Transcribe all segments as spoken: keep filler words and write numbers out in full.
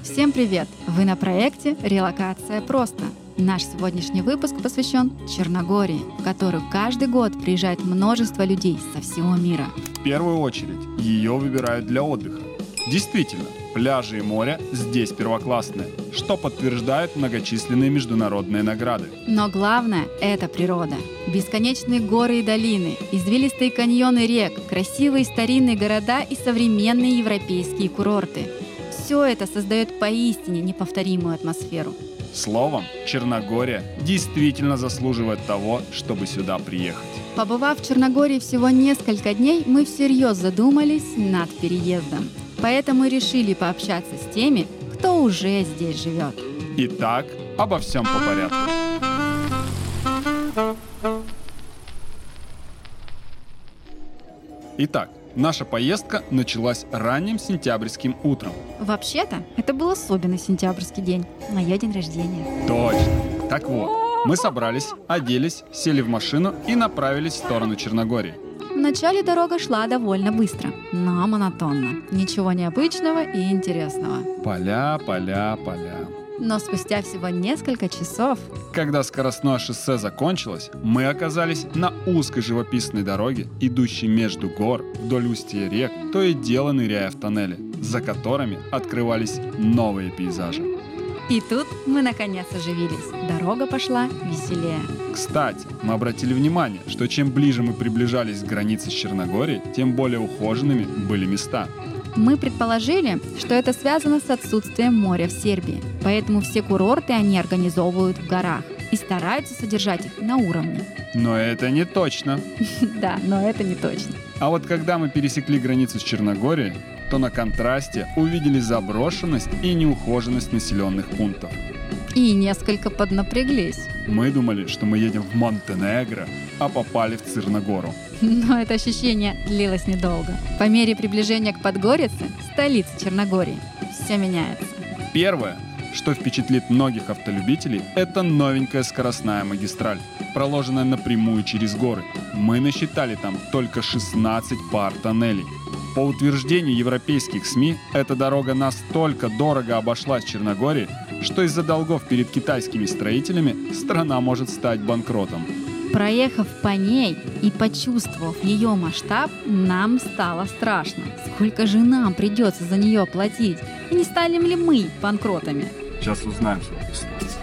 Всем привет! Вы на проекте «Релокация просто». Наш сегодняшний выпуск посвящен Черногории, в которую каждый год приезжает множество людей со всего мира. В первую очередь ее выбирают для отдыха. Действительно, пляжи и море здесь первоклассные, что подтверждают многочисленные международные награды. Но главное – это природа. Бесконечные горы и долины, извилистые каньоны рек, красивые старинные города и современные европейские курорты. Все это создает поистине неповторимую атмосферу. Словом, Черногория действительно заслуживает того, чтобы сюда приехать. Побывав в Черногории всего несколько дней, мы всерьез задумались над переездом. Поэтому решили пообщаться с теми, кто уже здесь живет. Итак, обо всем по порядку. Итак, наша поездка началась ранним сентябрьским утром. Вообще-то, это был особенный сентябрьский день, мое день рождения. Точно. Так вот, мы собрались, оделись, сели в машину и направились в сторону Черногории. Вначале дорога шла довольно быстро, но монотонно. Ничего необычного и интересного. Поля, поля, поля. Но спустя всего несколько часов, когда скоростное шоссе закончилось, мы оказались на узкой живописной дороге, идущей между гор, вдоль устья рек, то и дело ныряя в тоннели, за которыми открывались новые пейзажи. И тут мы наконец оживились. Дорога пошла веселее. Кстати, мы обратили внимание, что чем ближе мы приближались к границе с Черногорией, тем более ухоженными были места. Мы предположили, что это связано с отсутствием моря в Сербии, поэтому все курорты они организовывают в горах и стараются содержать их на уровне. Но это не точно. Да, но это не точно. А вот когда мы пересекли границу с Черногорией, то на контрасте увидели заброшенность и неухоженность населенных пунктов. И несколько поднапряглись. Мы думали, что мы едем в Монтенегро, а попали в Цирногору. Но это ощущение длилось недолго. По мере приближения к Подгорице, столице Черногории, все меняется. Первое, что впечатлит многих автолюбителей, это новенькая скоростная магистраль, проложенная напрямую через горы. Мы насчитали там только шестнадцать пар тоннелей. По утверждению европейских СМИ, эта дорога настолько дорого обошлась Черногории, что из-за долгов перед китайскими строителями страна может стать банкротом. Проехав по ней и почувствовав ее масштаб, нам стало страшно. Сколько же нам придется за нее платить? И не станем ли мы банкротами? Сейчас узнаем, что это ситуация.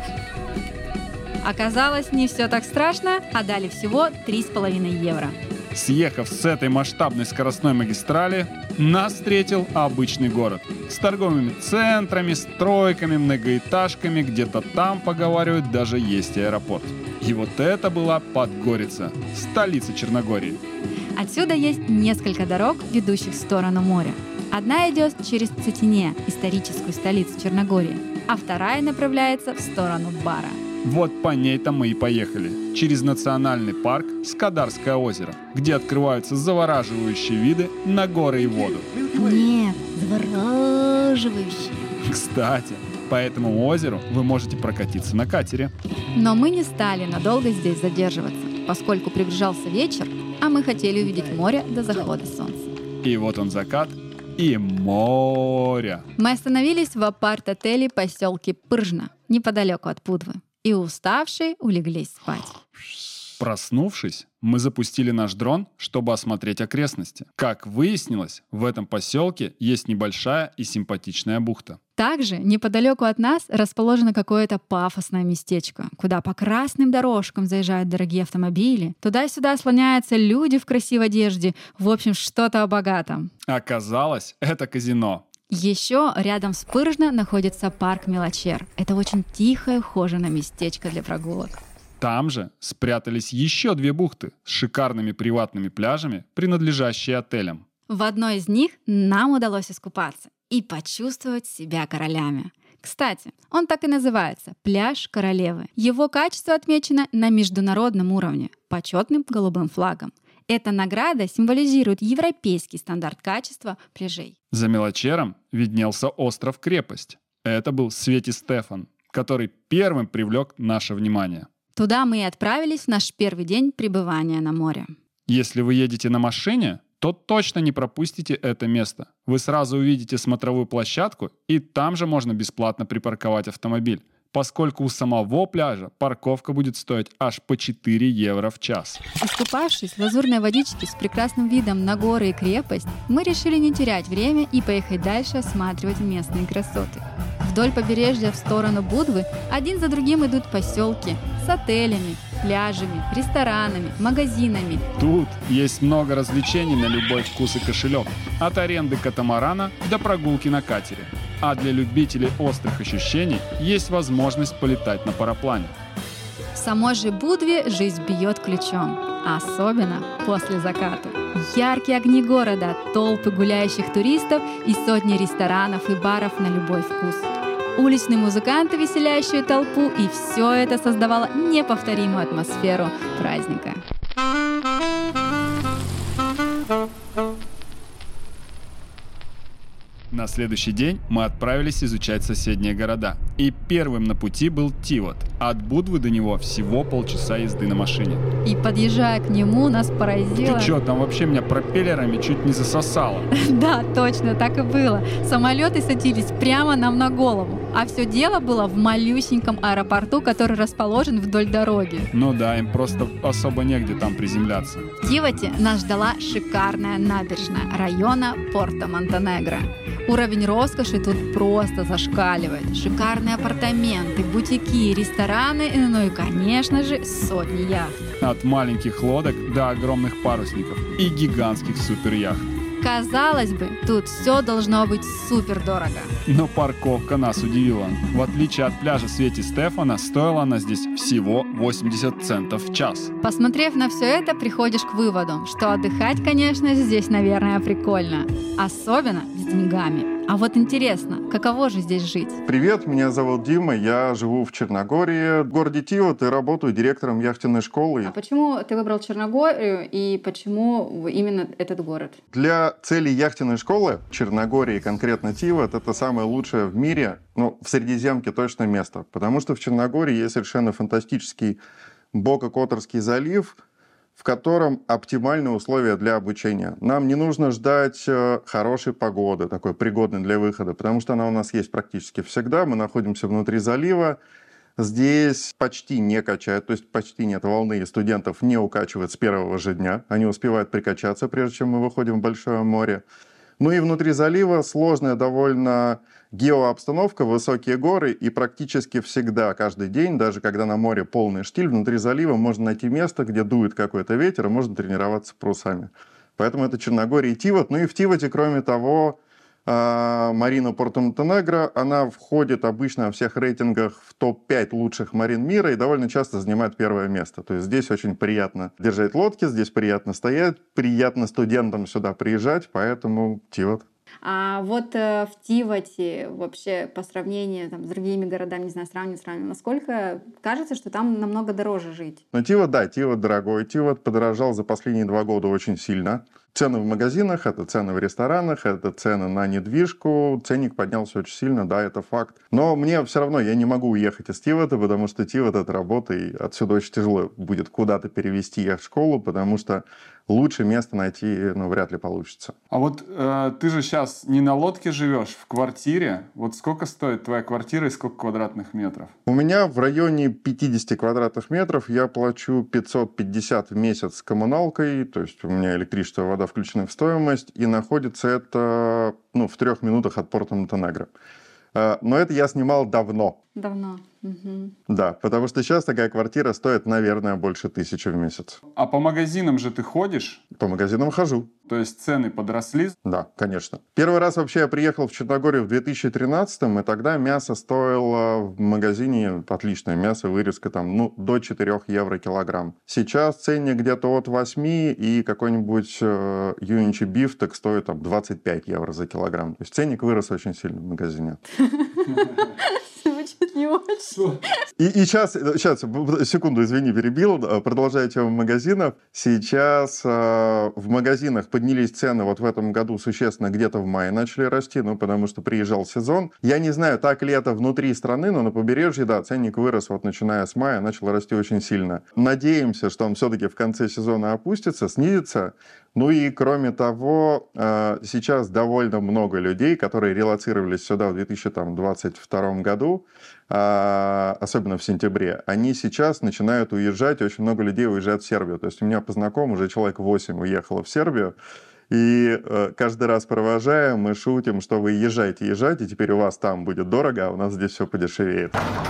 Оказалось, не все так страшно, а дали всего три с половиной евро. Съехав с этой масштабной скоростной магистрали, нас встретил обычный город с торговыми центрами, стройками, многоэтажками, где-то там, поговаривают, даже есть аэропорт. И вот это была Подгорица, столица Черногории. Отсюда есть несколько дорог, ведущих в сторону моря. Одна идет через Цетине, историческую столицу Черногории, а вторая направляется в сторону Бара. Вот по ней-то мы и поехали. Через национальный парк Скадарское озеро, где открываются завораживающие виды на горы и воду. Нет, завораживающие. Кстати, по этому озеру вы можете прокатиться на катере. Но мы не стали надолго здесь задерживаться, поскольку приближался вечер, а мы хотели увидеть море до захода солнца. И вот он закат, и море. Мы остановились в апарт-отеле поселке Пыржна, неподалеку от Пудвы. И уставшие улеглись спать. Проснувшись, мы запустили наш дрон, чтобы осмотреть окрестности. Как выяснилось, в этом поселке есть небольшая и симпатичная бухта. Также неподалеку от нас расположено какое-то пафосное местечко, куда по красным дорожкам заезжают дорогие автомобили. Туда-сюда слоняются люди в красивой одежде. В общем, что-то о богатом. Оказалось, это казино. Еще рядом с Пыржно находится парк Мелачер. Это очень тихое, ухоженное местечко для прогулок. Там же спрятались еще две бухты с шикарными приватными пляжами, принадлежащие отелям. В одной из них нам удалось искупаться и почувствовать себя королями. Кстати, он так и называется – «Пляж королевы». Его качество отмечено на международном уровне – почетным голубым флагом. Эта награда символизирует европейский стандарт качества пляжей. За Мелачером виднелся остров-крепость. Это был Свети Стефан, который первым привлек наше внимание. Туда мы и отправились в наш первый день пребывания на море. Если вы едете на машине, то точно не пропустите это место. Вы сразу увидите смотровую площадку, и там же можно бесплатно припарковать автомобиль, поскольку у самого пляжа парковка будет стоить аж по четыре евро в час. Искупавшись в лазурной водичке с прекрасным видом на горы и крепость, мы решили не терять время и поехать дальше осматривать местные красоты. Вдоль побережья в сторону Будвы один за другим идут поселки с отелями, пляжами, ресторанами, магазинами. Тут есть много развлечений на любой вкус и кошелек, от аренды катамарана до прогулки на катере. А для любителей острых ощущений есть возможность полетать на параплане. В самой же Будве жизнь бьет ключом, особенно после заката. Яркие огни города, толпы гуляющих туристов и сотни ресторанов и баров на любой вкус. Уличные музыканты, веселящие толпу, и все это создавало неповторимую атмосферу праздника. На следующий день мы отправились изучать соседние города. И первым на пути был Тивот. От Будвы до него всего полчаса езды на машине. И подъезжая к нему, нас поразило... Ты чё, там вообще меня пропеллерами чуть не засосало. Да, точно, так и было. Самолеты садились прямо нам на голову. А все дело было в малюсеньком аэропорту, который расположен вдоль дороги. Ну да, им просто особо негде там приземляться. В Тивоте нас ждала шикарная набережная района Порто-Монтенегро. Уровень роскоши тут просто зашкаливает. Шикарные апартаменты, бутики, рестораны, ну и, конечно же, сотни яхт. От маленьких лодок до огромных парусников и гигантских суперяхт. Казалось бы, тут все должно быть супер дорого. Но парковка нас удивила. В отличие от пляжа Свети Стефана, стоила она здесь всего восемьдесят центов в час. Посмотрев на все это, приходишь к выводу, что отдыхать, конечно, здесь, наверное, прикольно. Особенно с деньгами. А вот интересно, каково же здесь жить? Привет, меня зовут Дима, я живу в Черногории, в городе Тивот, и работаю директором яхтенной школы. А почему ты выбрал Черногорию и почему именно этот город? Для целей яхтенной школы Черногории, конкретно Тивот, это самое лучшее в мире, ну, в Средиземке точно место, потому что в Черногории есть совершенно фантастический Бока-Которский залив, в котором оптимальные условия для обучения. Нам не нужно ждать хорошей погоды, такой пригодной для выхода, потому что она у нас есть практически всегда. Мы находимся внутри залива. Здесь почти не качают, то есть почти нет волны, и студентов не укачивают с первого же дня. Они успевают прикачаться, прежде чем мы выходим в большое море. Ну и внутри залива сложная довольно геообстановка, высокие горы, и практически всегда, каждый день, даже когда на море полный штиль, внутри залива можно найти место, где дует какой-то ветер, и можно тренироваться парусами. Поэтому это Черногория и Тивот. Ну и в Тивоте, кроме того, марина Порто-Монтенегро, она входит обычно во всех рейтингах в топ пять лучших марин мира и довольно часто занимает первое место. То есть здесь очень приятно держать лодки, здесь приятно стоять, приятно студентам сюда приезжать, поэтому Тивот. А вот э, в Тивоте вообще по сравнению там, с другими городами, не знаю, сравнивать, сравнивать, насколько кажется, что там намного дороже жить? Ну, Тивот, да, Тивот дорогой. Тивот подорожал за последние два года очень сильно. Цены в магазинах, это цены в ресторанах, это цены на недвижку. Ценник поднялся очень сильно, да, это факт. Но мне все равно, я не могу уехать из Тивота, потому что Тивот — это работа, и отсюда очень тяжело будет куда-то перевести яхт-школу, потому что лучше место найти, ну, вряд ли получится. А вот э, ты же сейчас не на лодке живешь, в квартире. Вот сколько стоит твоя квартира и сколько квадратных метров? У меня в районе пятьдесят квадратных метров. Я плачу пятьсот пятьдесят в месяц с коммуналкой, то есть у меня электричество и вода включены в стоимость, и находится это, ну, в трех минутах от Порто-Монтенегро. Но это я снимал давно. Давно. Угу. Да, потому что сейчас такая квартира стоит, наверное, больше тысячи в месяц. А по магазинам же ты ходишь? По магазинам хожу. То есть цены подросли? Да, конечно. Первый раз вообще я приехал в Черногорию в две тысячи тринадцатом, и тогда мясо стоило в магазине, отличное мясо, вырезка там, ну, до четырех евро килограмм. Сейчас ценник где-то от восьми, и какой-нибудь э, юничи биф так стоит там двадцать пять евро за килограмм. То есть ценник вырос очень сильно в магазине. Звучит не очень. И, и сейчас, сейчас, секунду, извини, перебил, продолжая тему магазинов. Сейчас э, в магазинах поднялись цены вот в этом году существенно, где-то в мае начали расти, ну, потому что приезжал сезон. Я не знаю, так ли это внутри страны, но на побережье, да, ценник вырос вот начиная с мая, начал расти очень сильно. Надеемся, что он все-таки в конце сезона опустится, снизится. Ну и кроме того, сейчас довольно много людей, которые релоцировались сюда в две тысячи двадцать втором году, особенно в сентябре, они сейчас начинают уезжать, очень много людей уезжают в Сербию. То есть у меня по знакомым уже человек восемь уехало в Сербию, и каждый раз провожаем, мы шутим, что вы езжайте, езжайте, теперь у вас там будет дорого, а у нас здесь все подешевеет.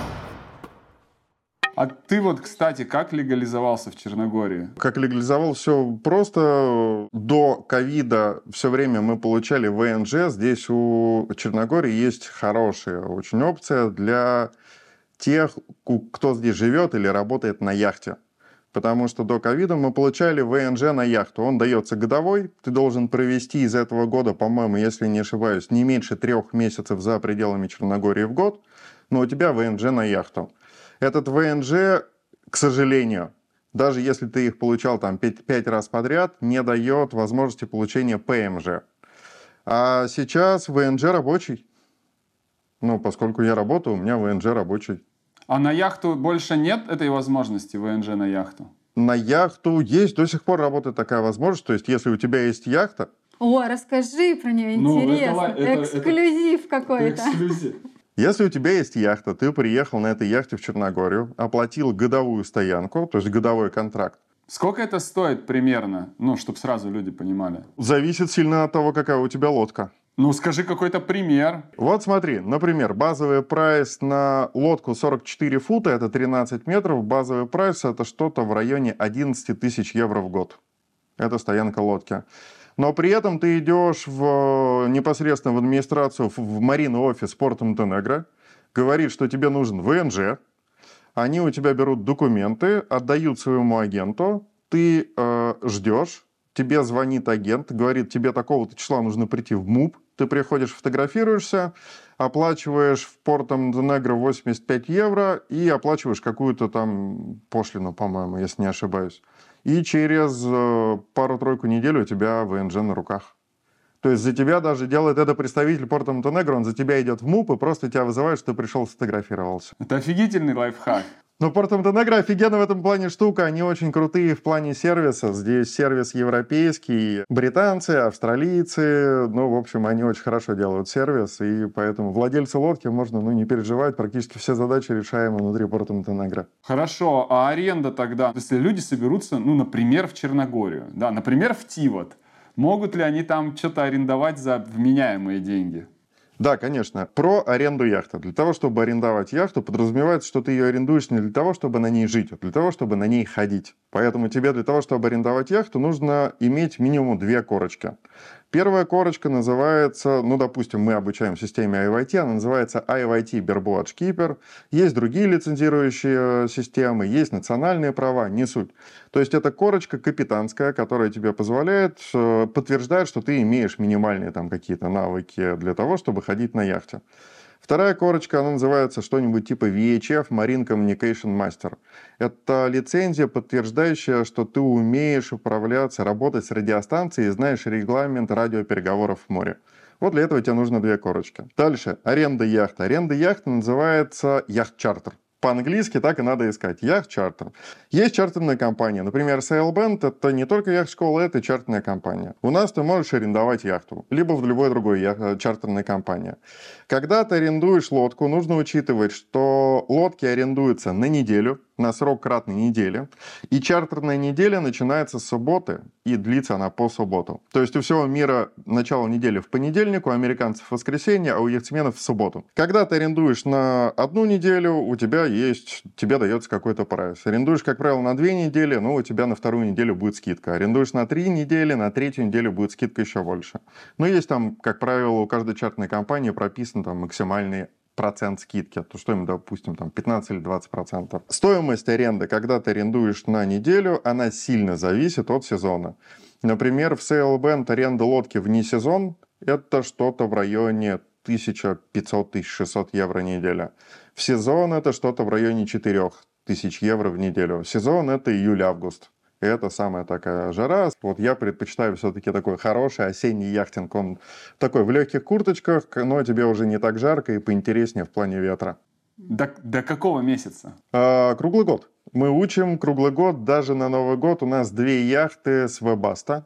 А ты вот, кстати, как легализовался в Черногории? Как легализовал, все просто. До ковида все время мы получали вэ эн жэ. Здесь у Черногории есть хорошая очень опция для тех, кто здесь живет или работает на яхте. Потому что до ковида мы получали вэ эн жэ на яхту. Он дается годовой. Ты должен провести из этого года, по-моему, если не ошибаюсь, не меньше трех месяцев за пределами Черногории в год. Но у тебя вэ эн жэ на яхту. Этот вэ эн жэ, к сожалению, даже если ты их получал там пять раз подряд, не дает возможности получения пэ эм жэ. А сейчас вэ эн жэ рабочий. Ну, поскольку я работаю, у меня вэ эн жэ рабочий. А на яхту больше нет этой возможности, вэ эн жэ на яхту? На яхту есть, до сих пор работает такая возможность. То есть, если у тебя есть яхта... О, расскажи про нее, ну, интересно. Это, это, эксклюзив это, какой-то. Это эксклюзив. Если у тебя есть яхта, ты приехал на этой яхте в Черногорию, оплатил годовую стоянку, то есть годовой контракт. Сколько это стоит примерно? Ну, чтобы сразу люди понимали. Зависит сильно от того, какая у тебя лодка. Ну, скажи какой-то пример. Вот смотри, например, базовый прайс на лодку сорок четыре фута, это тринадцать метров, базовый прайс это что-то в районе одиннадцать тысяч евро в год. Это стоянка лодки. Но при этом ты идешь в, непосредственно в администрацию, в маринный офис Порто Монтенегро, говоришь, что тебе нужен вэ эн жэ, они у тебя берут документы, отдают своему агенту, ты э, ждешь, тебе звонит агент, говорит, тебе такого-то числа нужно прийти в МУП, ты приходишь, фотографируешься, оплачиваешь в Порто Монтенегро восемьдесят пять евро и оплачиваешь какую-то там пошлину, по-моему, если не ошибаюсь. И через э, пару-тройку недель у тебя вэ эн жэ на руках. То есть за тебя даже делает это представитель Порто Монтенегро, он за тебя идет в МУП и просто тебя вызывает, что ты пришел, сфотографировался. Это офигительный лайфхак. Но Порто Монтенегро офигенно в этом плане штука, они очень крутые в плане сервиса. Здесь сервис европейский, британцы, австралийцы, ну, в общем, они очень хорошо делают сервис, и поэтому владельцы лодки можно, ну, не переживать, практически все задачи решаемы внутри Порто Монтенегро. Хорошо, а аренда тогда? Если люди соберутся, ну, например, в Черногорию, да, например, в Тивот, могут ли они там что-то арендовать за вменяемые деньги? Да, конечно. Про аренду яхты. Для того, чтобы арендовать яхту, подразумевается, что ты ее арендуешь не для того, чтобы на ней жить, а для того, чтобы на ней ходить. Поэтому тебе для того, чтобы арендовать яхту, нужно иметь минимум две корочки. Первая корочка называется, ну, допустим, мы обучаем в системе ай ви ай ти, она называется ай ви ай ти Bareboat Keeper. Есть другие лицензирующие системы, есть национальные права, не суть. То есть это корочка капитанская, которая тебе позволяет, подтверждать, что ты имеешь минимальные там какие-то навыки для того, чтобы ходить на яхте. Вторая корочка, она называется что-нибудь типа ви эйч эф Marine Communication Master. Это лицензия, подтверждающая, что ты умеешь управляться, работать с радиостанцией и знаешь регламент радиопереговоров в море. Вот для этого тебе нужно две корочки. Дальше. Аренда яхты. Аренда яхты называется яхт-чартер. По-английски так и надо искать. Яхт-чартер. Есть чартерная компания. Например, Sailband — это не только яхт-школа, это чартерная компания. У нас ты можешь арендовать яхту. Либо в любой другой ях- чартерной компании. Когда ты арендуешь лодку, нужно учитывать, что лодки арендуются на неделю, на срок кратной недели. И чартерная неделя начинается с субботы и длится она по субботу. То есть у всего мира начало недели в понедельник, у американцев в воскресенье, а у яхтсменов в субботу. Когда ты арендуешь на одну неделю, у тебя есть, тебе дается какой-то прайс. Арендуешь, как правило, на две недели, ну, у тебя на вторую неделю будет скидка. Арендуешь на три недели, на третью неделю будет скидка еще больше. Но есть там, как правило, у каждой чартерной компании прописан там максимальный процент скидки, то что им, допустим, там пятнадцать или двадцать процентов. Стоимость аренды, когда ты арендуешь на неделю, она сильно зависит от сезона. Например, в Sailband аренда лодки вне сезон – это что-то в районе тысяча пятьсот — тысяча шестьсот евро в неделю. В сезон это что-то в районе четыре тысячи евро в неделю. Сезон – это июль-август. Это самая такая жара. Вот я предпочитаю все-таки такой хороший осенний яхтинг. Он такой в легких курточках, но тебе уже не так жарко и поинтереснее в плане ветра. До, до какого месяца? А, круглый год. Мы учим круглый год. Даже на Новый год у нас две яхты с Webasto.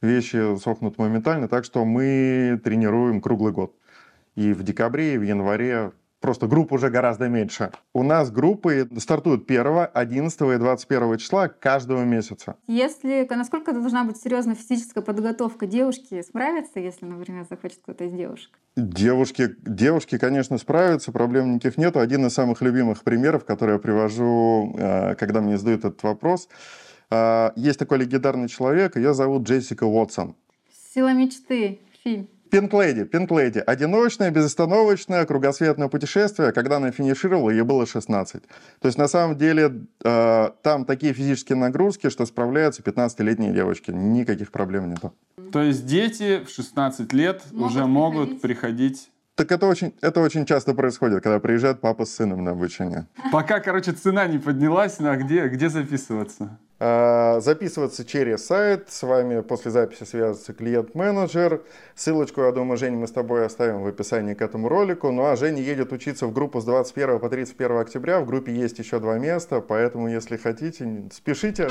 вещи сохнут моментально, так что мы тренируем круглый год. И в декабре, и в январе. Просто групп уже гораздо меньше. У нас группы стартуют первого, одиннадцатого и двадцать первого числа каждого месяца. Если, насколько должна быть серьезная физическая подготовка, девушки справятся, если, например, захочет кто-то из девушек? Девушки, девушки, конечно, справятся, проблем никаких нету. Один из самых любимых примеров, который я привожу, когда мне задают этот вопрос. Есть такой легендарный человек, ее зовут Джессика Уотсон. «Сила мечты», фильм. Pink Lady, Pink Lady. Одиночное, безостановочное, кругосветное путешествие. Когда она финишировала, ей было шестнадцать. То есть, на самом деле, э, там такие физические нагрузки, что справляются пятнадцатилетние девочки. Никаких проблем нету. То есть, дети в шестнадцать лет могут уже могут приходить... приходить... Так это очень, это очень часто происходит, когда приезжает папа с сыном на обучение. Пока, короче, цена не поднялась, а где, где записываться? Записываться через сайт. С вами после записи связывается клиент-менеджер. Ссылочку, я думаю, Женя, мы с тобой оставим в описании к этому ролику. Ну а Женя едет учиться в группу с двадцать первого по тридцать первое октября. В группе есть еще два места, поэтому, если хотите, спешите.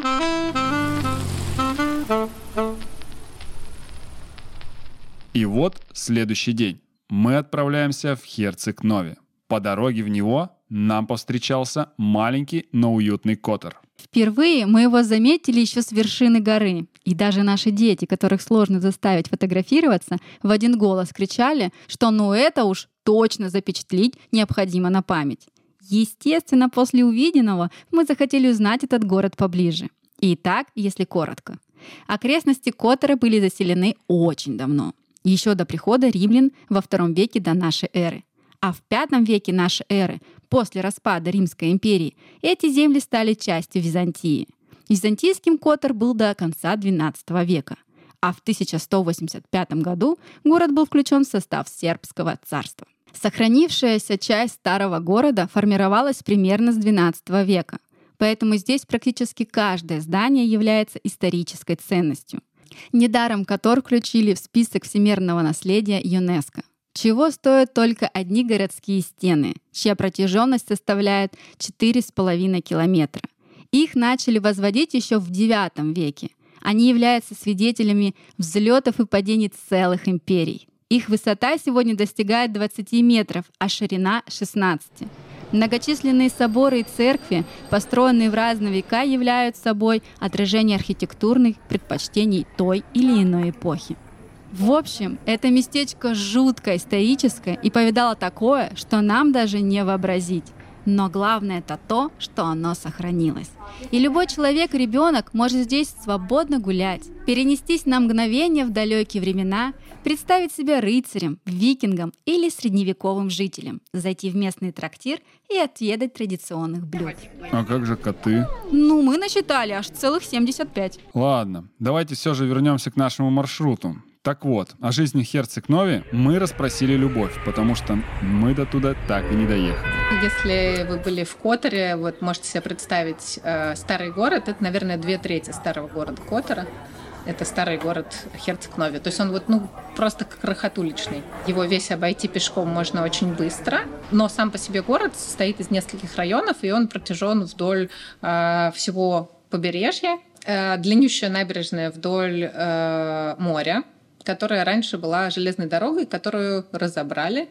И вот следующий день. Мы отправляемся в Херцег-Нови. По дороге в него нам повстречался маленький, но уютный котор. Впервые мы его заметили еще с вершины горы. И даже наши дети, которых сложно заставить фотографироваться, в один голос кричали, что ну это уж точно запечатлить необходимо на память. Естественно, после увиденного мы захотели узнать этот город поближе. Итак, если коротко. Окрестности Котора были заселены очень давно. Еще до прихода римлян во втором веке до нашей эры. А в пятом веке нашей эры, после распада Римской империи, эти земли стали частью Византии. Византийским Котор был до конца двенадцатого века, а в тысяча сто восемьдесят пятом году город был включен в состав Сербского царства. Сохранившаяся часть старого города формировалась примерно с двенадцатого века, поэтому здесь практически каждое здание является исторической ценностью. Недаром Котор включили в список всемирного наследия ЮНЕСКО. Чего стоят только одни городские стены, чья протяженность составляет четыре с половиной километра. Их начали возводить еще в девятом веке. Они являются свидетелями взлетов и падений целых империй. Их высота сегодня достигает двадцати метров, а ширина — шестнадцати. Многочисленные соборы и церкви, построенные в разные века, являются собой отражение архитектурных предпочтений той или иной эпохи. В общем, это местечко жутко историческое и повидало такое, что нам даже не вообразить. Но главное это то, что оно сохранилось. И любой человек, ребенок может здесь свободно гулять, перенестись на мгновение в далекие времена, представить себя рыцарем, викингом или средневековым жителем, зайти в местный трактир и отведать традиционных блюд. А как же коты? Ну, мы насчитали аж целых семьдесят пять. Ладно, давайте все же вернемся к нашему маршруту. Так вот, о жизни Херцег-Нови мы расспросили Любовь, потому что мы до туда так и не доехали. Если вы были в Которе, вот можете себе представить, э, старый город, это, наверное, две трети старого города Котора. Это старый город Херцег-Нови. То есть он вот, ну, просто как крохотуличный. Его весь обойти пешком можно очень быстро, но сам по себе город состоит из нескольких районов, и он протяжен вдоль э, всего побережья. Э, длиннющая набережная вдоль э, моря, которая раньше была железной дорогой, которую разобрали,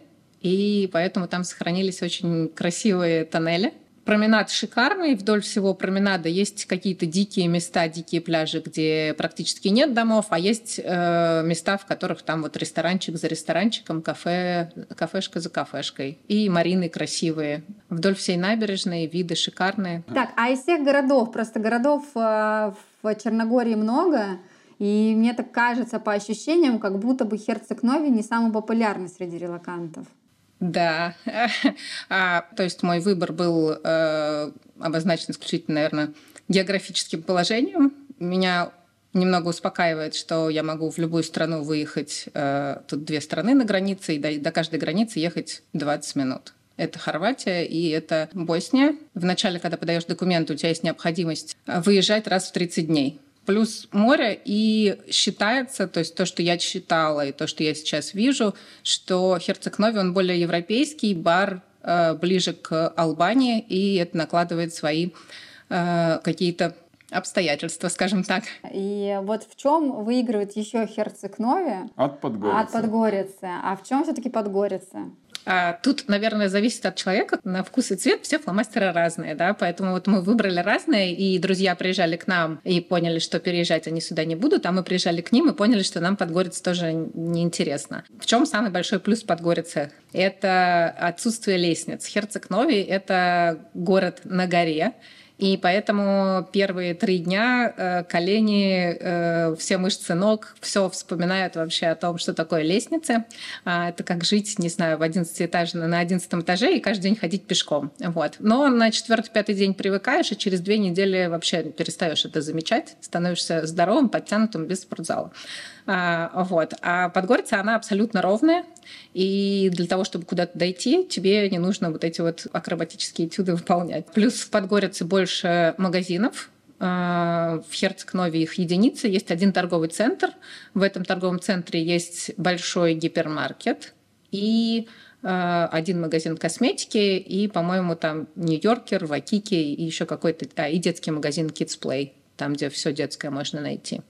и поэтому там сохранились очень красивые тоннели. Променад шикарный, вдоль всего променада есть какие-то дикие места, дикие пляжи, где практически нет домов, а есть э, места, в которых там вот ресторанчик за ресторанчиком, кафе, кафешка за кафешкой. И марины красивые. Вдоль всей набережной виды шикарные. Так, а из всех городов, просто городов э, в Черногории много, и мне так кажется по ощущениям, как будто бы Херцег-Нови не самый популярный среди релокантов. Да, а, то есть мой выбор был э, обозначен исключительно, наверное, географическим положением. Меня немного успокаивает, что я могу в любую страну выехать. Э, тут две страны на границе, и до, до каждой границы ехать двадцать минут. Это Хорватия и это Босния. Вначале, когда подаешь документы, у тебя есть необходимость выезжать раз в тридцать дней. Плюс море, и считается, то есть то, что я читала, и то, что я сейчас вижу, что Херцег-Нови, он более европейский, Бар э, ближе к Албании, и это накладывает свои э, какие-то обстоятельства, скажем так. И вот в чем выигрывает еще Херцег-Нови От Подгорицы. от Подгорицы, а в чем все-таки Подгорица? А тут, наверное, зависит от человека. На вкус и цвет все фломастеры разные, да, поэтому вот мы выбрали разные, и друзья приезжали к нам и поняли, что переезжать они сюда не будут, а мы приезжали к ним и поняли, что нам Подгорица тоже неинтересно. В чем самый большой плюс Подгорицы? Это отсутствие лестниц. Херцег-Нови — это город на горе, и поэтому первые три дня э, колени, э, все мышцы ног, все вспоминают вообще о том, что такое лестницы. А, это как жить, не знаю, в одиннадцатиэтажном, на одиннадцатом этаже и каждый день ходить пешком. Вот. Но на четвертый-пятый день привыкаешь, и через две недели вообще перестаешь это замечать, становишься здоровым, подтянутым, без спортзала. А, вот. А Подгорица, она абсолютно ровная, и для того, чтобы куда-то дойти, тебе не нужно вот эти вот акробатические этюды выполнять. Плюс в Подгорице больше магазинов. В Херцег-Нови их единицы. Есть один торговый центр. В этом торговом центре есть большой гипермаркет и один магазин косметики, и, по-моему, там Нью-Йоркер, Вакики и еще какой-то... А, и детский магазин Kids Play, там, где все детское можно найти.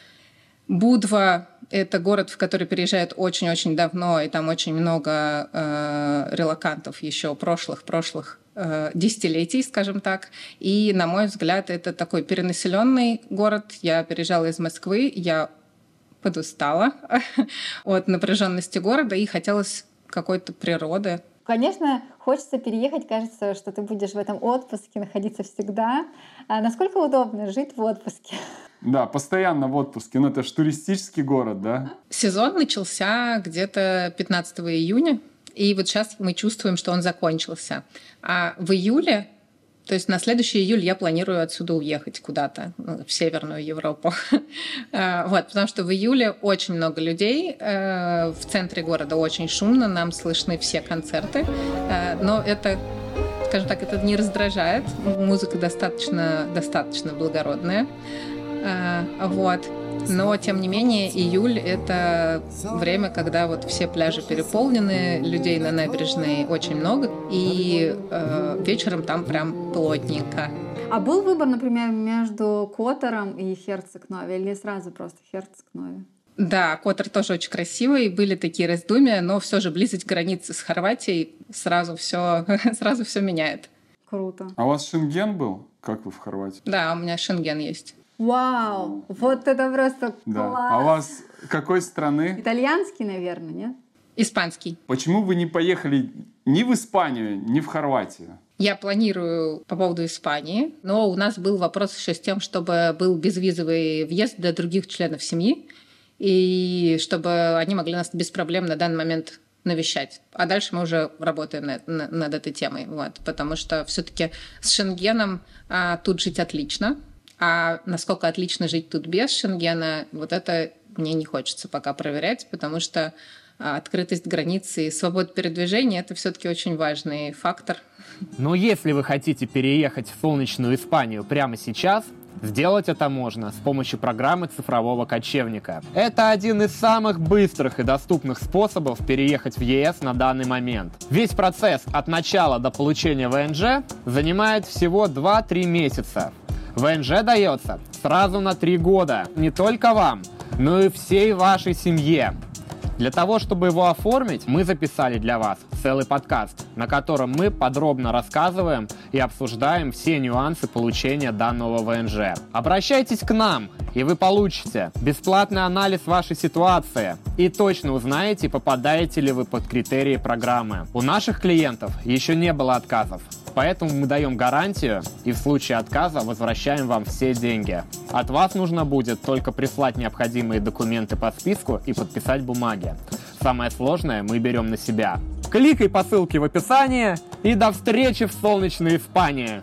Будва — это город, в который переезжают очень-очень давно, и там очень много э, релокантов еще прошлых-прошлых э, десятилетий, скажем так. И, на мой взгляд, это такой перенаселенный город. Я переезжала из Москвы, я подустала от напряженности города, и хотелось какой-то природы. Конечно, хочется переехать, кажется, что ты будешь в этом отпуске находиться всегда. А насколько удобно жить в отпуске? Да, постоянно в отпуске. Ну, это же туристический город, да? Сезон начался где-то пятнадцатого июня, и вот сейчас мы чувствуем, что он закончился. А в июле, то есть на следующий июль я планирую отсюда уехать куда-то, в Северную Европу. Вот, потому что в июле очень много людей, в центре города очень шумно, нам слышны все концерты, но это, скажем так, это не раздражает, музыка достаточно, достаточно благородная. Вот. Но, тем не менее, июль — это время, когда вот все пляжи переполнены, людей на набережной очень много, и э, вечером там прям плотненько. А был выбор, например, между Котором и Херцег-Нови, или сразу просто Херцег-Нови? Да, Котор тоже очень красивый, были такие раздумья, но все же близость границы с Хорватией сразу все, сразу все меняет. Круто. А у вас Шенген был? Как вы в Хорватии? Да, у меня Шенген есть. Вау! Вот это просто Да. класс! А у вас какой страны? Итальянский, наверное, нет? Испанский. Почему вы не поехали ни в Испанию, ни в Хорватию? Я планирую по поводу Испании, но у нас был вопрос еще с тем, чтобы был безвизовый въезд для других членов семьи, и чтобы они могли нас без проблем на данный момент навещать. А дальше мы уже работаем над, над этой темой, вот, потому что все-таки с Шенгеном а, тут жить отлично. А насколько отлично жить тут без Шенгена, вот это мне не хочется пока проверять, потому что открытость границы и свобода передвижения — это все-таки очень важный фактор. Но если вы хотите переехать в солнечную Испанию прямо сейчас, сделать это можно с помощью программы цифрового кочевника. Это один из самых быстрых и доступных способов переехать в ЕС на данный момент. Весь процесс от начала до получения ВНЖ занимает всего два-три месяца. ВНЖ дается сразу на три года. Не только вам, но и всей вашей семье. Для того, чтобы его оформить, мы записали для вас целый подкаст, на котором мы подробно рассказываем и обсуждаем все нюансы получения данного ВНЖ. Обращайтесь к нам, и вы получите бесплатный анализ вашей ситуации и точно узнаете, попадаете ли вы под критерии программы. У наших клиентов еще не было отказов, поэтому мы даем гарантию и в случае отказа возвращаем вам все деньги. От вас нужно будет только прислать необходимые документы по списку и подписать бумаги. Самое сложное мы берем на себя. Кликай по ссылке в описании и до встречи в солнечной Испании!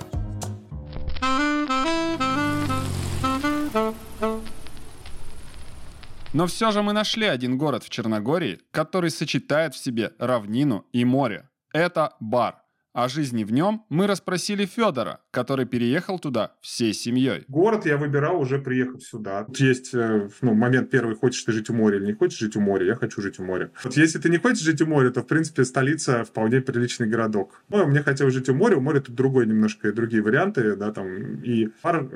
Но все же мы нашли один город в Черногории, который сочетает в себе равнину и море. Это Бар. О жизни в нем мы расспросили Федора, который переехал туда всей семьей. Город я выбирал уже приехав сюда. Тут есть ну, момент первый, хочешь ты жить у моря или не хочешь жить у моря. Я хочу жить у моря. Вот если ты не хочешь жить у моря, то, в принципе, столица вполне приличный городок. Ну, мне хотелось жить у моря. У моря тут другой немножко, и другие варианты, да, там. И Бар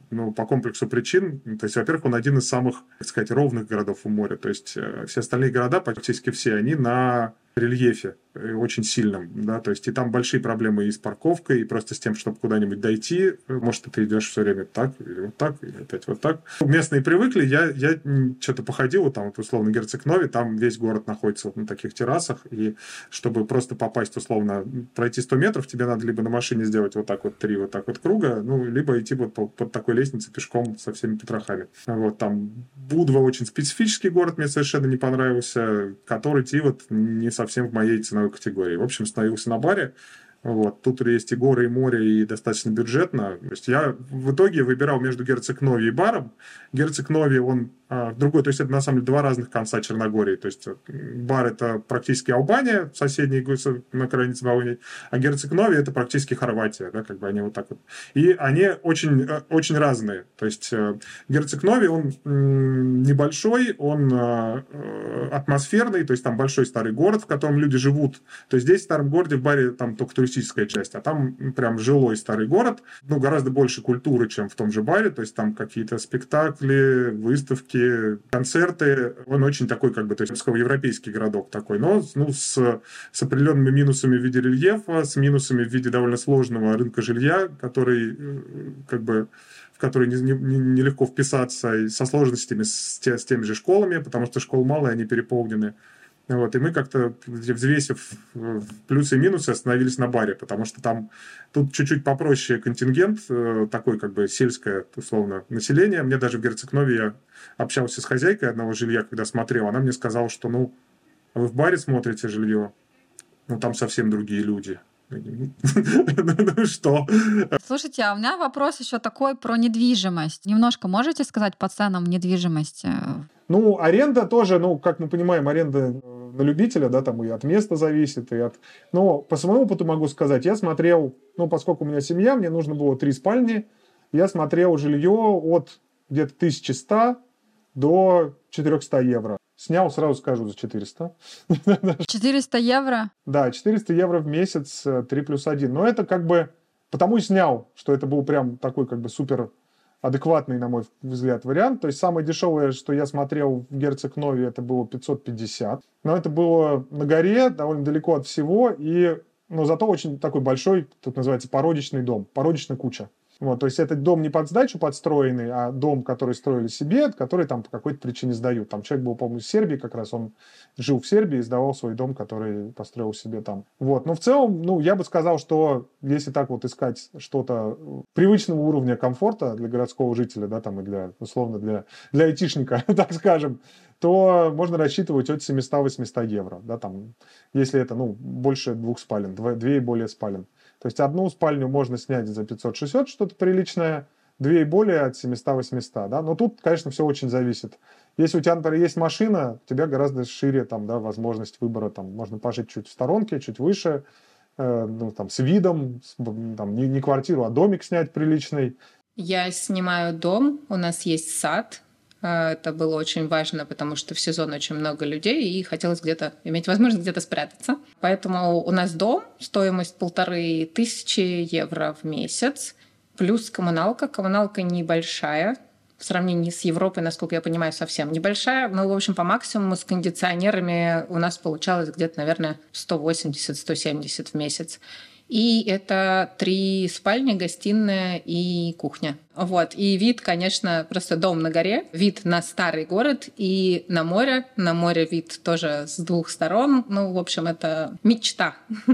ну, по комплексу причин. То есть, во-первых, он один из самых, так сказать, ровных городов у моря. То есть, все остальные города, практически все, они на рельефе очень сильном, да, то есть и там большие проблемы и с парковкой, и просто с тем, чтобы куда-нибудь дойти. Может, ты идешь все время так, или вот так, или опять вот так. Местные привыкли, я, я что-то походил, вот там, вот, условно, Герцег-Нови, там весь город находится вот на таких террасах, и чтобы просто попасть, условно, пройти сто метров, тебе надо либо на машине сделать вот так вот три вот так вот круга, ну, либо идти вот по, под такой лестнице пешком со всеми потрохами. Вот там Будва очень специфический город, мне совершенно не понравился, который идти вот не совсем в моей ценовой категории. В общем, остановился на баре. Вот. Тут есть и горы, и море, и достаточно бюджетно. То есть я в итоге выбирал между Герцег-Нови и баром. Герцег-Нови, он а, другой, то есть это на самом деле два разных конца Черногории. То есть бар — это практически Албания, соседний на границе Волыни, а Герцег-Нови — это практически Хорватия, да, как бы они вот так вот. И они очень, очень разные. То есть Герцег-Нови, он небольшой, он атмосферный, то есть там большой старый город, в котором люди живут. То есть здесь в старом городе в баре там только туристическая часть, а там прям жилой старый город, ну, гораздо больше культуры, чем в том же баре, то есть там какие-то спектакли, выставки, концерты. Он очень такой, как бы, то есть европейский городок такой, но ну, с, с определенными минусами в виде рельефа, с минусами в виде довольно сложного рынка жилья, который, как бы, в который нелегко не, не, не вписаться, и со сложностями с, те, с теми же школами, потому что школ мало, и они переполнены. Вот, и мы как-то, взвесив плюсы и минусы, остановились на баре, потому что там тут чуть-чуть попроще контингент, такой как бы сельское, условно, население. Мне даже в Герцег-Нови я общался с хозяйкой одного жилья, когда смотрел, она мне сказала, что, ну, вы в баре смотрите жилье, ну, там совсем другие люди. Ну что? Слушайте, а у меня вопрос еще такой про недвижимость. Немножко можете сказать по ценам недвижимости? Ну, аренда тоже, ну, как мы понимаем, аренда на любителя, да, там и от места зависит, и от... Но по своему опыту могу сказать, я смотрел, ну, поскольку у меня семья, мне нужно было три спальни, я смотрел жилье от где-то тысячи ста до четырехсот евро. Снял, сразу скажу, за четыреста. четыреста евро? Да, четыреста евро в месяц, три плюс один. Но это как бы... Потому и снял, что это был прям такой как бы супер адекватный, на мой взгляд, вариант. То есть самое дешевое, что я смотрел в Герцег-Нови, это было пятьсот пятьдесят. Но это было на горе, довольно далеко от всего. И, но зато очень такой большой, тут называется породичный дом, породичная куча. Вот, то есть этот дом не под сдачу подстроенный, а дом, который строили себе, который там по какой-то причине сдают. Там человек был, по-моему, из Сербии как раз, он жил в Сербии и сдавал свой дом, который построил себе там. Вот, но в целом, ну, я бы сказал, что если так вот искать что-то привычного уровня комфорта для городского жителя, да, там и для, условно, для, для айтишника, так скажем, то можно рассчитывать от семьсот-восемьсот евро, да, там, если это, ну, больше двух спален, две и более спален. То есть одну спальню можно снять за пятьсот-шестьсот, что-то приличное, две и более от семьсот-восемьсот, да. Но тут, конечно, все очень зависит. Если у тебя, например, есть машина, у тебя гораздо шире там, да, возможность выбора. Там, можно пожить чуть в сторонке, чуть выше, э, ну, там, с видом, с, там, не, не квартиру, а домик снять приличный. Я снимаю дом, у нас есть сад. Это было очень важно, потому что в сезон очень много людей, и хотелось где-то иметь возможность где-то спрятаться. Поэтому у нас дом, стоимость полторы тысячи евро в месяц, плюс коммуналка. Коммуналка небольшая, в сравнении с Европой, насколько я понимаю, совсем небольшая. Но, в общем, по максимуму с кондиционерами у нас получалось где-то, наверное, сто восемьдесят - сто семьдесят в месяц. И это три спальни, гостиная и кухня. Вот. И вид, конечно, просто дом на горе, вид на старый город и на море. На море вид тоже с двух сторон. Ну, в общем, это мечта.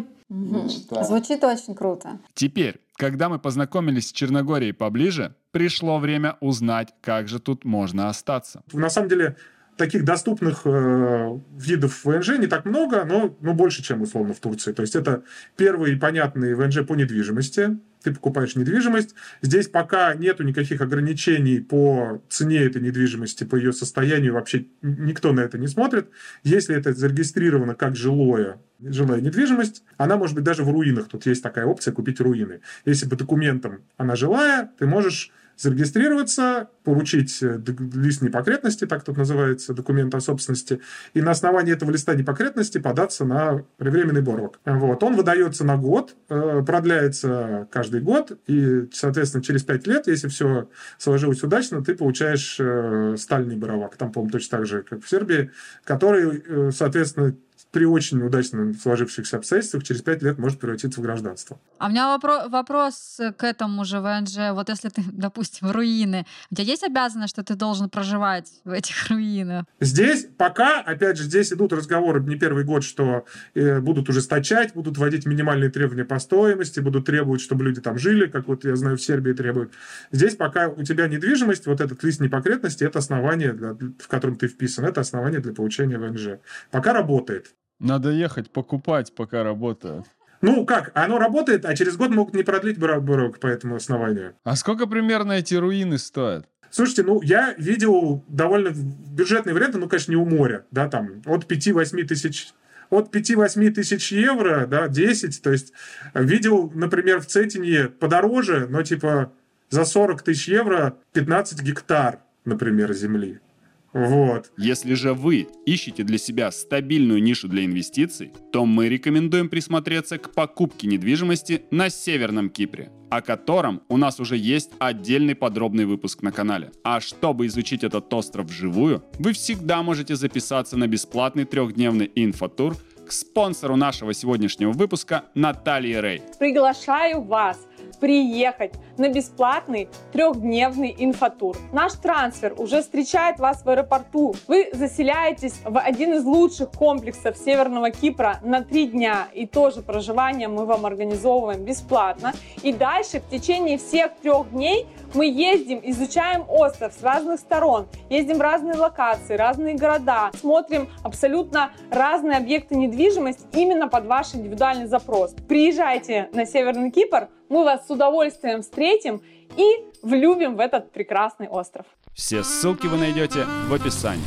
Мечта. Звучит очень круто. Теперь, когда мы познакомились с Черногорией поближе, пришло время узнать, как же тут можно остаться. На самом деле, таких доступных э, видов вэ эн жэ не так много, но, но больше, чем условно в Турции. То есть это первый понятный вэ эн жэ по недвижимости. Ты покупаешь недвижимость. Здесь пока нету никаких ограничений по цене этой недвижимости, по ее состоянию. Вообще никто на это не смотрит. Если это зарегистрировано как жилое, жилая недвижимость, она может быть даже в руинах. Тут есть такая опция купить руины. Если по документам она жилая, ты можешь зарегистрироваться, получить лист непокретности, так тут называется, документ о собственности, и на основании этого листа непокретности податься на временный боровик. Вот. Он выдается на год, продляется каждый год, и, соответственно, через пять лет, если все сложилось удачно, ты получаешь стальный боровик, там, по-моему, точно так же, как в Сербии, который, соответственно, при очень удачно сложившихся обстоятельствах через пять лет может превратиться в гражданство. А у меня вопро- вопрос к этому же ВНЖ. Вот если ты, допустим, руины, у тебя есть обязанность, что ты должен проживать в этих руинах? Здесь пока, опять же, здесь идут разговоры не первый год, что э, будут ужесточать, будут вводить минимальные требования по стоимости, будут требовать, чтобы люди там жили, как вот я знаю в Сербии требуют. Здесь пока у тебя недвижимость, вот этот лист непокретности, это основание, для, в котором ты вписан, это основание для получения ВНЖ. Пока работает. Надо ехать покупать, пока работает. Ну как, оно работает, а через год могут не продлить боровик по этому основанию. А сколько примерно эти руины стоят? Слушайте, ну я видел довольно бюджетные варианты, ну, конечно, не у моря, да, там от пяти-восьми тысяч... От пяти-восьми тысяч евро, да, десять, то есть видел, например, в Цетине подороже, но типа за сорок тысяч евро пятнадцать гектар, например, земли. Вот. Если же вы ищете для себя стабильную нишу для инвестиций, то мы рекомендуем присмотреться к покупке недвижимости на Северном Кипре, о котором у нас уже есть отдельный подробный выпуск на канале. А чтобы изучить этот остров вживую, вы всегда можете записаться на бесплатный трехдневный инфотур к спонсору нашего сегодняшнего выпуска Наталье Рей. Приглашаю вас приехать на бесплатный трехдневный инфотур. Наш трансфер уже встречает вас в аэропорту. Вы заселяетесь в один из лучших комплексов Северного Кипра на три дня. И тоже проживание мы вам организовываем бесплатно. И дальше в течение всех трех дней мы ездим, изучаем остров с разных сторон. Ездим в разные локации, разные города. Смотрим абсолютно разные объекты недвижимости именно под ваш индивидуальный запрос. Приезжайте на Северный Кипр, мы вас с удовольствием встретим и влюбим в этот прекрасный остров. Все ссылки вы найдете в описании.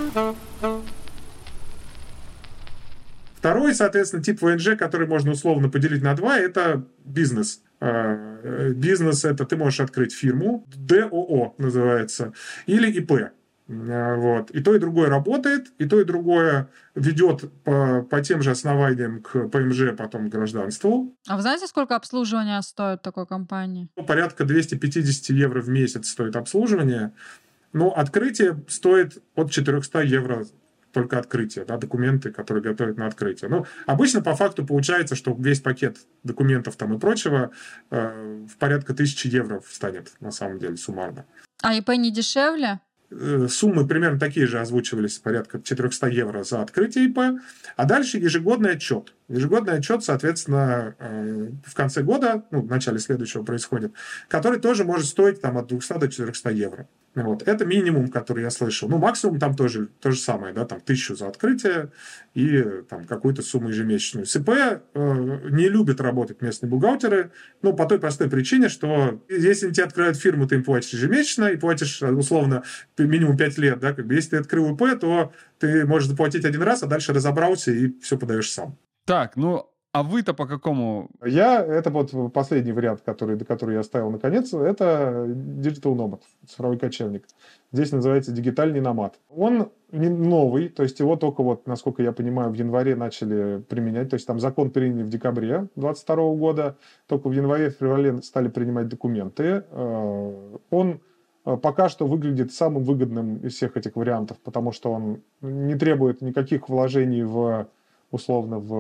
Второй, соответственно, тип ВНЖ, который можно условно поделить на два, это бизнес. Бизнес — это ты можешь открыть фирму, ДОО называется, или ИП. Вот. И то, и другое работает, и то, и другое ведет по, по тем же основаниям к ПМЖ, потом к гражданству. А вы знаете, сколько обслуживания стоит такой компании? Порядка двести пятьдесят евро в месяц стоит обслуживание, но открытие стоит от четыреста евро только открытие, да, документы, которые готовят на открытие. Ну, обычно по факту получается, что весь пакет документов там и прочего э, в порядка тысячи евро встанет, на самом деле, суммарно. А ИП не дешевле? Суммы примерно такие же озвучивались, порядка четыреста евро за открытие ИП. А дальше ежегодный отчет. Ежегодный отчет, соответственно, в конце года, ну, в начале следующего происходит, который тоже может стоить там, от двухсот до четырехсот евро. Вот. Это минимум, который я слышал. Ну, максимум там тоже то же самое, да, там тысячу за открытие и там какую-то сумму ежемесячную. С ИП э, не любят работать местные бухгалтеры, ну, по той простой причине, что если тебе открывают фирму, ты им платишь ежемесячно и платишь, условно, минимум пять лет, да, как бы, если ты открыл ИП, то ты можешь заплатить один раз, а дальше разобрался и все подаешь сам. Так, ну, а вы-то по какому? Я, это вот последний вариант, который, который я ставил наконец, это Digital Nomad, цифровой кочевник. Здесь называется дигитальный номад. Он не новый, то есть его только вот, насколько я понимаю, в январе начали применять. То есть там закон приняли в декабре двадцать второго года, только в январе-феврале стали принимать документы. Он пока что выглядит самым выгодным из всех этих вариантов, потому что он не требует никаких вложений в условно в,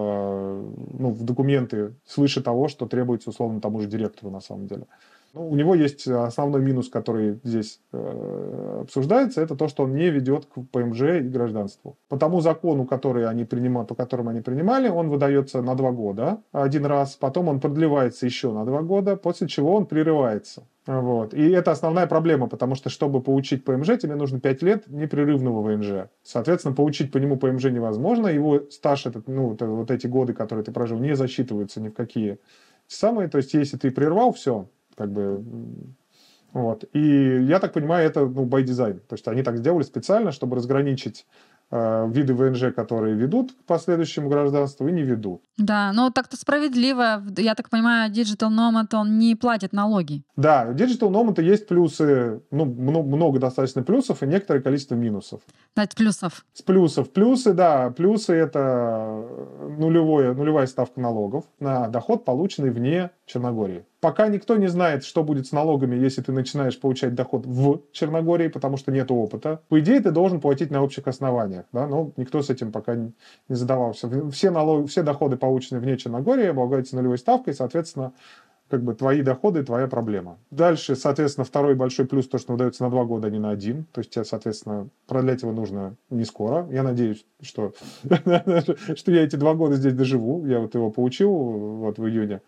ну, в документы свыше того, что требуется условно тому же директору на самом деле. Ну, у него есть основной минус, который здесь э, обсуждается, это то, что он не ведет к ПМЖ и гражданству. По тому закону, который они принимали, по которому они принимали, он выдается на два года один раз, потом он продлевается еще на два года, после чего он прерывается. Вот. И это основная проблема, потому что, чтобы получить ПМЖ, тебе нужно пять лет непрерывного ВНЖ. Соответственно, получить по нему ПМЖ невозможно, его стаж, этот, ну, вот эти годы, которые ты прожил, не засчитываются ни в какие самые. То есть, если ты прервал, все, как бы... Вот. И я так понимаю, это ну, by design. То есть, они так сделали специально, чтобы разграничить э, виды ВНЖ, которые ведут к последующему гражданству и не ведут. Да, но так-то справедливо. Я так понимаю, Digital Nomad, он не платит налоги. Да, у Digital Nomad есть плюсы, ну, много, много достаточно плюсов и некоторое количество минусов. Дать плюсов. С плюсов. Плюсы, да, плюсы — это нулевое, нулевая ставка налогов на доход, полученный вне Черногории. Пока никто не знает, что будет с налогами, если ты начинаешь получать доход в Черногории, потому что нет опыта. По идее, ты должен платить на общих основаниях, да, но никто с этим пока не задавался. Все налоги, все доходы, полученные вне Черногории, облагаются нулевой ставкой, соответственно, как бы твои доходы — твоя проблема. Дальше, соответственно, второй большой плюс, то, что выдается на два года, а не на один. То есть тебе, соответственно, продлять его нужно не скоро. Я надеюсь, что, что я эти два года здесь доживу. Я вот его получил вот в июне.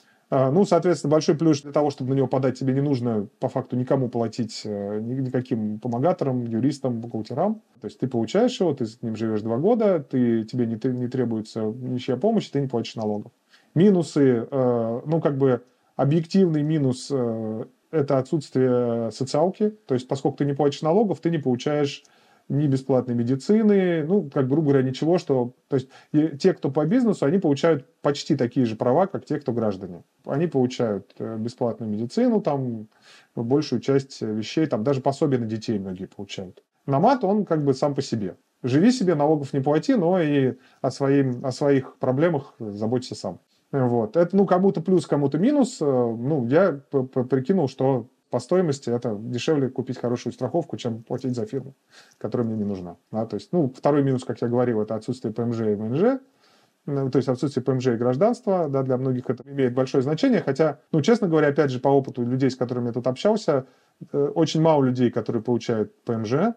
Ну, соответственно, большой плюс для того, чтобы на него подать, тебе не нужно по факту никому платить, никаким помогаторам, юристам, бухгалтерам. То есть ты получаешь его, ты с ним живешь два года, ты, тебе не, не требуется ничья помощь, ты не платишь налогов. Минусы, ну, как бы объективный минус – это отсутствие социалки. То есть поскольку ты не платишь налогов, ты не получаешь ни бесплатной медицины, ну, как бы, грубо говоря, ничего, что... То есть те, кто по бизнесу, они получают почти такие же права, как те, кто граждане. Они получают бесплатную медицину, там, большую часть вещей, там, даже пособия на детей многие получают. Номад, он как бы сам по себе. Живи себе, налогов не плати, но и о, своим, о своих проблемах заботься сам. Вот. Это, ну, кому-то плюс, кому-то минус. Ну, я прикинул, что по стоимости это дешевле купить хорошую страховку, чем платить за фирму, которая мне не нужна. Да? То есть, ну, второй минус, как я говорил, это отсутствие ПМЖ и ВНЖ. То есть отсутствие ПМЖ и гражданства. Да, для многих это имеет большое значение. Хотя, ну, честно говоря, опять же, по опыту людей, с которыми я тут общался, очень мало людей, которые получают ПМЖ.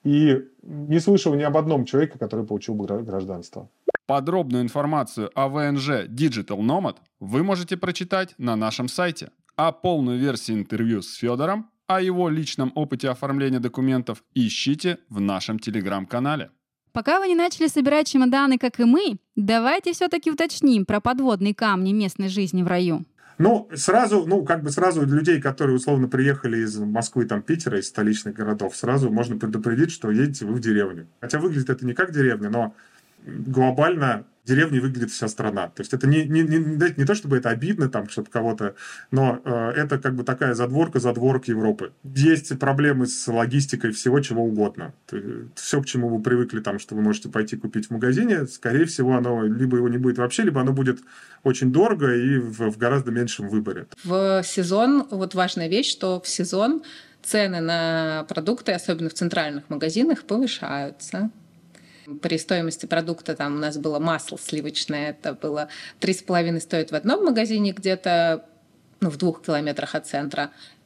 И не слышал ни об одном человеке, который получил бы гражданство. Подробную информацию о ВНЖ Digital Nomad вы можете прочитать на нашем сайте. А полную версию интервью с Федором о его личном опыте оформления документов ищите в нашем телеграм-канале. Пока вы не начали собирать чемоданы, как и мы, давайте все-таки уточним про подводные камни местной жизни в раю. Ну, сразу, ну, как бы сразу людей, которые условно приехали из Москвы, там, Питера, из столичных городов, сразу можно предупредить, что едете вы в деревню. Хотя выглядит это не как деревня, но глобально деревней выглядит вся страна. То есть это не, не, не, не то, чтобы это обидно, там, чтобы кого-то, но э, это как бы такая задворка, задворк Европы. Есть проблемы с логистикой всего, чего угодно. Все, к чему вы привыкли, там, что вы можете пойти купить в магазине, скорее всего, оно либо его не будет вообще, либо оно будет очень дорого и в, в гораздо меньшем выборе. В сезон, вот важная вещь, что в сезон цены на продукты, особенно в центральных магазинах, повышаются. При стоимости продукта там у нас было масло сливочное, это было три с половиной стоит в одном магазине где-то, ну, в двух километрах от центра,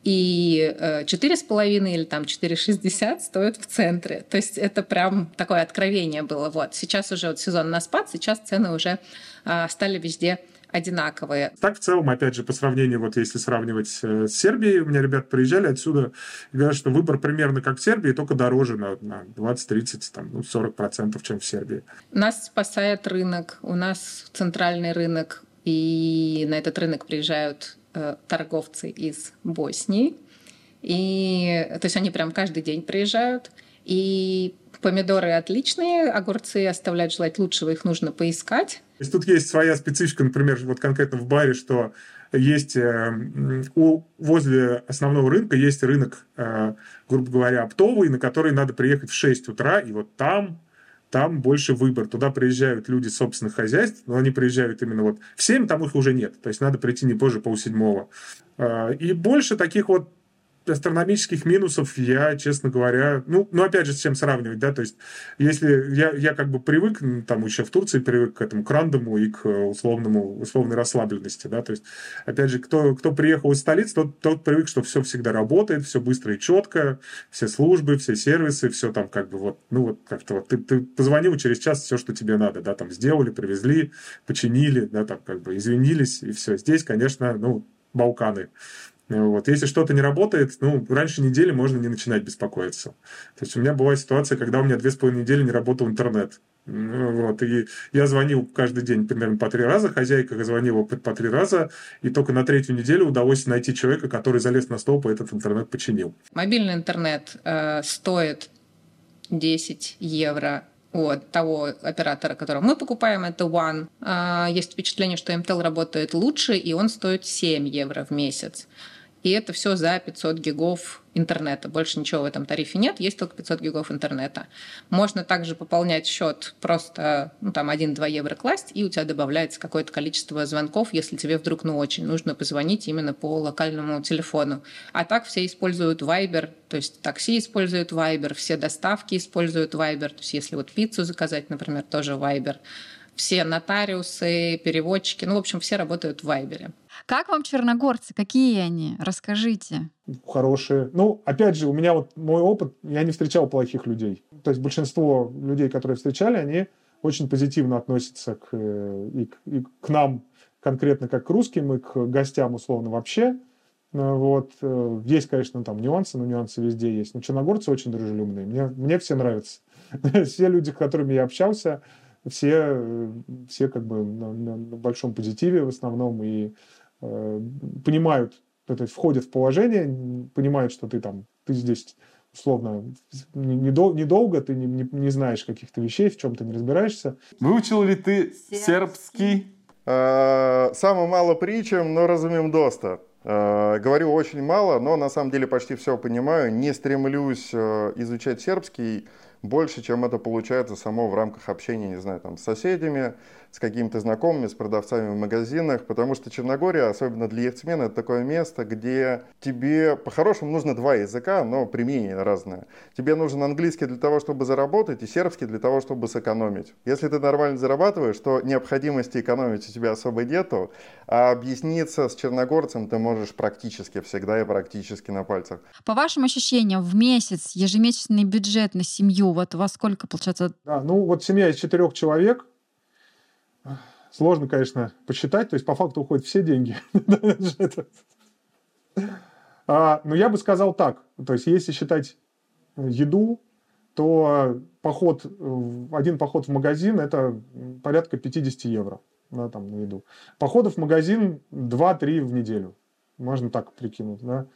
и четыре с половиной или там четыре шестьдесят стоит в центре. То есть это прям такое откровение было. Вот. Сейчас уже вот сезон на спад, сейчас цены уже а, стали везде одинаковые. Так, в целом, опять же, по сравнению, вот если сравнивать с Сербией, у меня ребята приезжали отсюда и говорят, что выбор примерно как в Сербии, только дороже на, на двадцать-тридцать, там, ну, сорок процентов, чем в Сербии. Нас спасает рынок, у нас центральный рынок, и на этот рынок приезжают э, торговцы из Боснии, и, то есть они прям каждый день приезжают, и помидоры отличные, огурцы оставляют желать лучшего, их нужно поискать. То есть тут есть своя специфика, например, вот конкретно в баре, что есть э, у, возле основного рынка есть рынок, э, грубо говоря, оптовый, на который надо приехать в шесть утра, и вот там, там больше выбор. Туда приезжают люди собственных хозяйств, но они приезжают именно вот в семь, там их уже нет, то есть надо прийти не позже полседьмого. Э, и больше таких вот астрономических минусов я, честно говоря, ну, ну, опять же, с чем сравнивать, да, то есть, если я, я как бы привык, там, еще в Турции привык к этому, к рандому и к условному, условной расслабленности, да, то есть, опять же, кто, кто приехал из столицы, тот, тот привык, что все всегда работает, все быстро и четко, все службы, все сервисы, все там как бы вот, ну, вот как-то вот, ты, ты позвонил, через час все, что тебе надо, да, там, сделали, привезли, починили, да, там, как бы, извинились, и все. Здесь, конечно, ну, Балканы. Вот. Если что-то не работает, ну, раньше недели можно не начинать беспокоиться. То есть у меня была ситуация, когда у меня две с половиной недели не работал интернет. Вот. И я звонил каждый день примерно по три раза, хозяйка звонила по три раза, и только на третью неделю удалось найти человека, который залез на столб и этот интернет починил. Мобильный интернет э, стоит десять евро от того оператора, которого мы покупаем, это One. Есть впечатление, что эм тэл работает лучше, и он стоит семь евро в месяц. И это все за пятьсот гигов интернета. Больше ничего в этом тарифе нет, есть только пятьсот гигов интернета. Можно также пополнять счет, просто ну, там один-два евро класть, и у тебя добавляется какое-то количество звонков, если тебе вдруг ну, очень нужно позвонить именно по локальному телефону. А так все используют Viber, то есть такси используют Viber, все доставки используют Viber. То есть если вот пиццу заказать, например, тоже Viber. Все нотариусы, переводчики, ну, в общем, все работают в Вайбере. Как вам черногорцы? Какие они? Расскажите. Хорошие. Ну, опять же, у меня вот мой опыт, я не встречал плохих людей. То есть большинство людей, которые встречали, они очень позитивно относятся к, и к, и к нам конкретно как к русским, и к гостям условно вообще. Вот. Есть, конечно, там нюансы, но нюансы везде есть. Но черногорцы очень дружелюбные. Мне, мне все нравятся. Все люди, с которыми я общался, все, все как бы на, на, на большом позитиве в основном и э, понимают, то есть входят в положение, понимают, что ты там, ты здесь условно недолго, недолго ты не, не, не знаешь каких-то вещей, в чем ты не разбираешься. Выучил ли ты сербский? Самое мало притчам, но разумеем доста. Говорю очень мало, но на самом деле почти все понимаю. Не стремлюсь изучать сербский больше, чем это получается само в рамках общения, не знаю, там, с соседями, с какими-то знакомыми, с продавцами в магазинах, потому что Черногория, особенно для яхтсмена, это такое место, где тебе по-хорошему нужно два языка, но применение разное. Тебе нужен английский для того, чтобы заработать, и сербский для того, чтобы сэкономить. Если ты нормально зарабатываешь, то необходимости экономить у тебя особо нету, а объясниться с черногорцем ты можешь практически всегда и практически на пальцах. По вашим ощущениям, в месяц ежемесячный бюджет на семью, вот у вас сколько получается? Да, ну вот семья из четырех человек, сложно, конечно, посчитать, то есть по факту уходят все деньги. Но я бы сказал так, то есть если считать еду, то поход, один поход в магазин это порядка пятьдесят евро, да, там, на еду. Походов в магазин два-три в неделю, можно так прикинуть, да.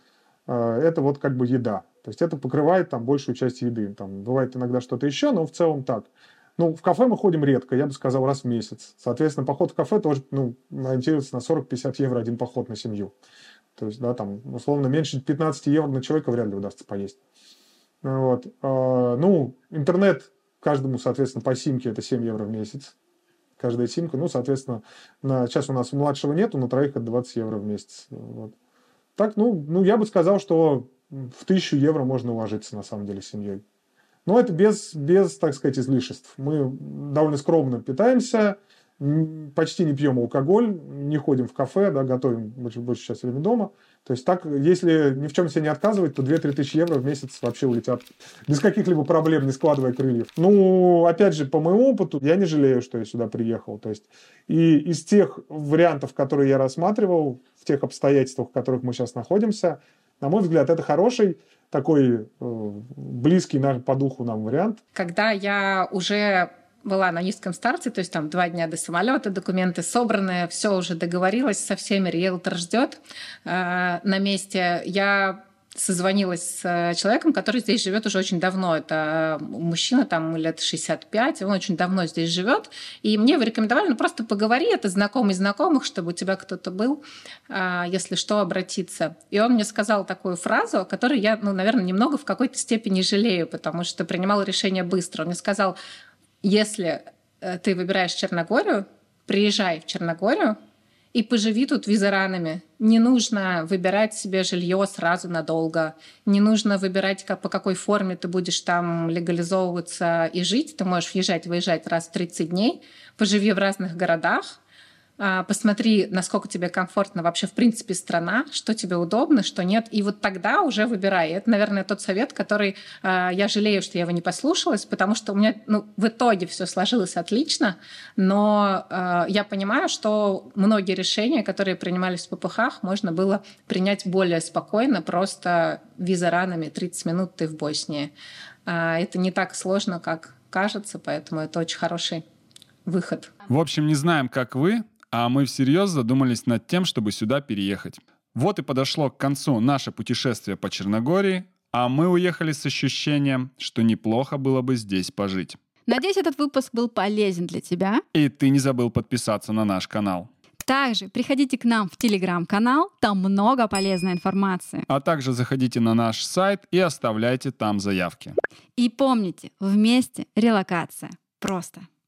Это вот как бы еда. То есть это покрывает там большую часть еды. Там бывает иногда что-то еще, но в целом так. Ну, в кафе мы ходим редко, я бы сказал, раз в месяц. Соответственно, поход в кафе тоже, ну, ориентируется на сорок-пятьдесят евро один поход на семью. То есть, да, там, условно, меньше пятнадцать евро на человека вряд ли удастся поесть. Вот. Ну, интернет каждому, соответственно, по симке это семь евро в месяц. Каждая симка, ну, соответственно, на... сейчас у нас младшего нету, на троих это двадцать евро в месяц. Вот. Так, ну, ну, я бы сказал, что в тысячу евро можно уложиться, на самом деле, с семьей. Но это без, без, так сказать, излишеств. Мы довольно скромно питаемся, почти не пьем алкоголь, не ходим в кафе, да, готовим больше, больше часть времени дома. То есть так, если ни в чем себе не отказывать, то две-три тысячи евро в месяц вообще улетят без каких-либо проблем, не складывая крыльев. Ну, опять же, по моему опыту, я не жалею, что я сюда приехал. То есть и из тех вариантов, которые я рассматривал, в тех обстоятельствах, в которых мы сейчас находимся, на мой взгляд, это хороший, такой э, близкий наш, по духу нам вариант. Когда я уже была на низком старте, то есть там два дня до самолета, документы собраны, все уже договорилась со всеми, риэлтор ждет э, на месте, я созвонилась с человеком, который здесь живет уже очень давно. Это мужчина, там лет шестьдесят пять, он очень давно здесь живет. И мне вы рекомендовали, ну просто поговори, это знакомый знакомых, чтобы у тебя кто-то был, если что, обратиться. И он мне сказал такую фразу, о которой я, ну, наверное, немного в какой-то степени жалею, потому что принимала решение быстро. Он мне сказал, если ты выбираешь Черногорию, приезжай в Черногорию, и поживи тут визаранами. Не нужно выбирать себе жилье сразу надолго. Не нужно выбирать, как, по какой форме ты будешь там легализовываться и жить. Ты можешь въезжать, выезжать раз в тридцать дней. Поживи в разных городах. Посмотри, насколько тебе комфортно вообще в принципе страна, что тебе удобно, что нет. И вот тогда уже выбирай. Это, наверное, тот совет, который э, я жалею, что я его не послушалась, потому что у меня ну, в итоге все сложилось отлично, но э, я понимаю, что многие решения, которые принимались в ППХ, можно было принять более спокойно, просто визаранами тридцать минут ты в Боснии. Э, это не так сложно, как кажется, поэтому это очень хороший выход. В общем, не знаем, как вы, а мы всерьез задумались над тем, чтобы сюда переехать. Вот и подошло к концу наше путешествие по Черногории, а мы уехали с ощущением, что неплохо было бы здесь пожить. Надеюсь, этот выпуск был полезен для тебя. И ты не забыл подписаться на наш канал. Также приходите к нам в Телеграм-канал, там много полезной информации. А также заходите на наш сайт и оставляйте там заявки. И помните, вместе релокация. Просто.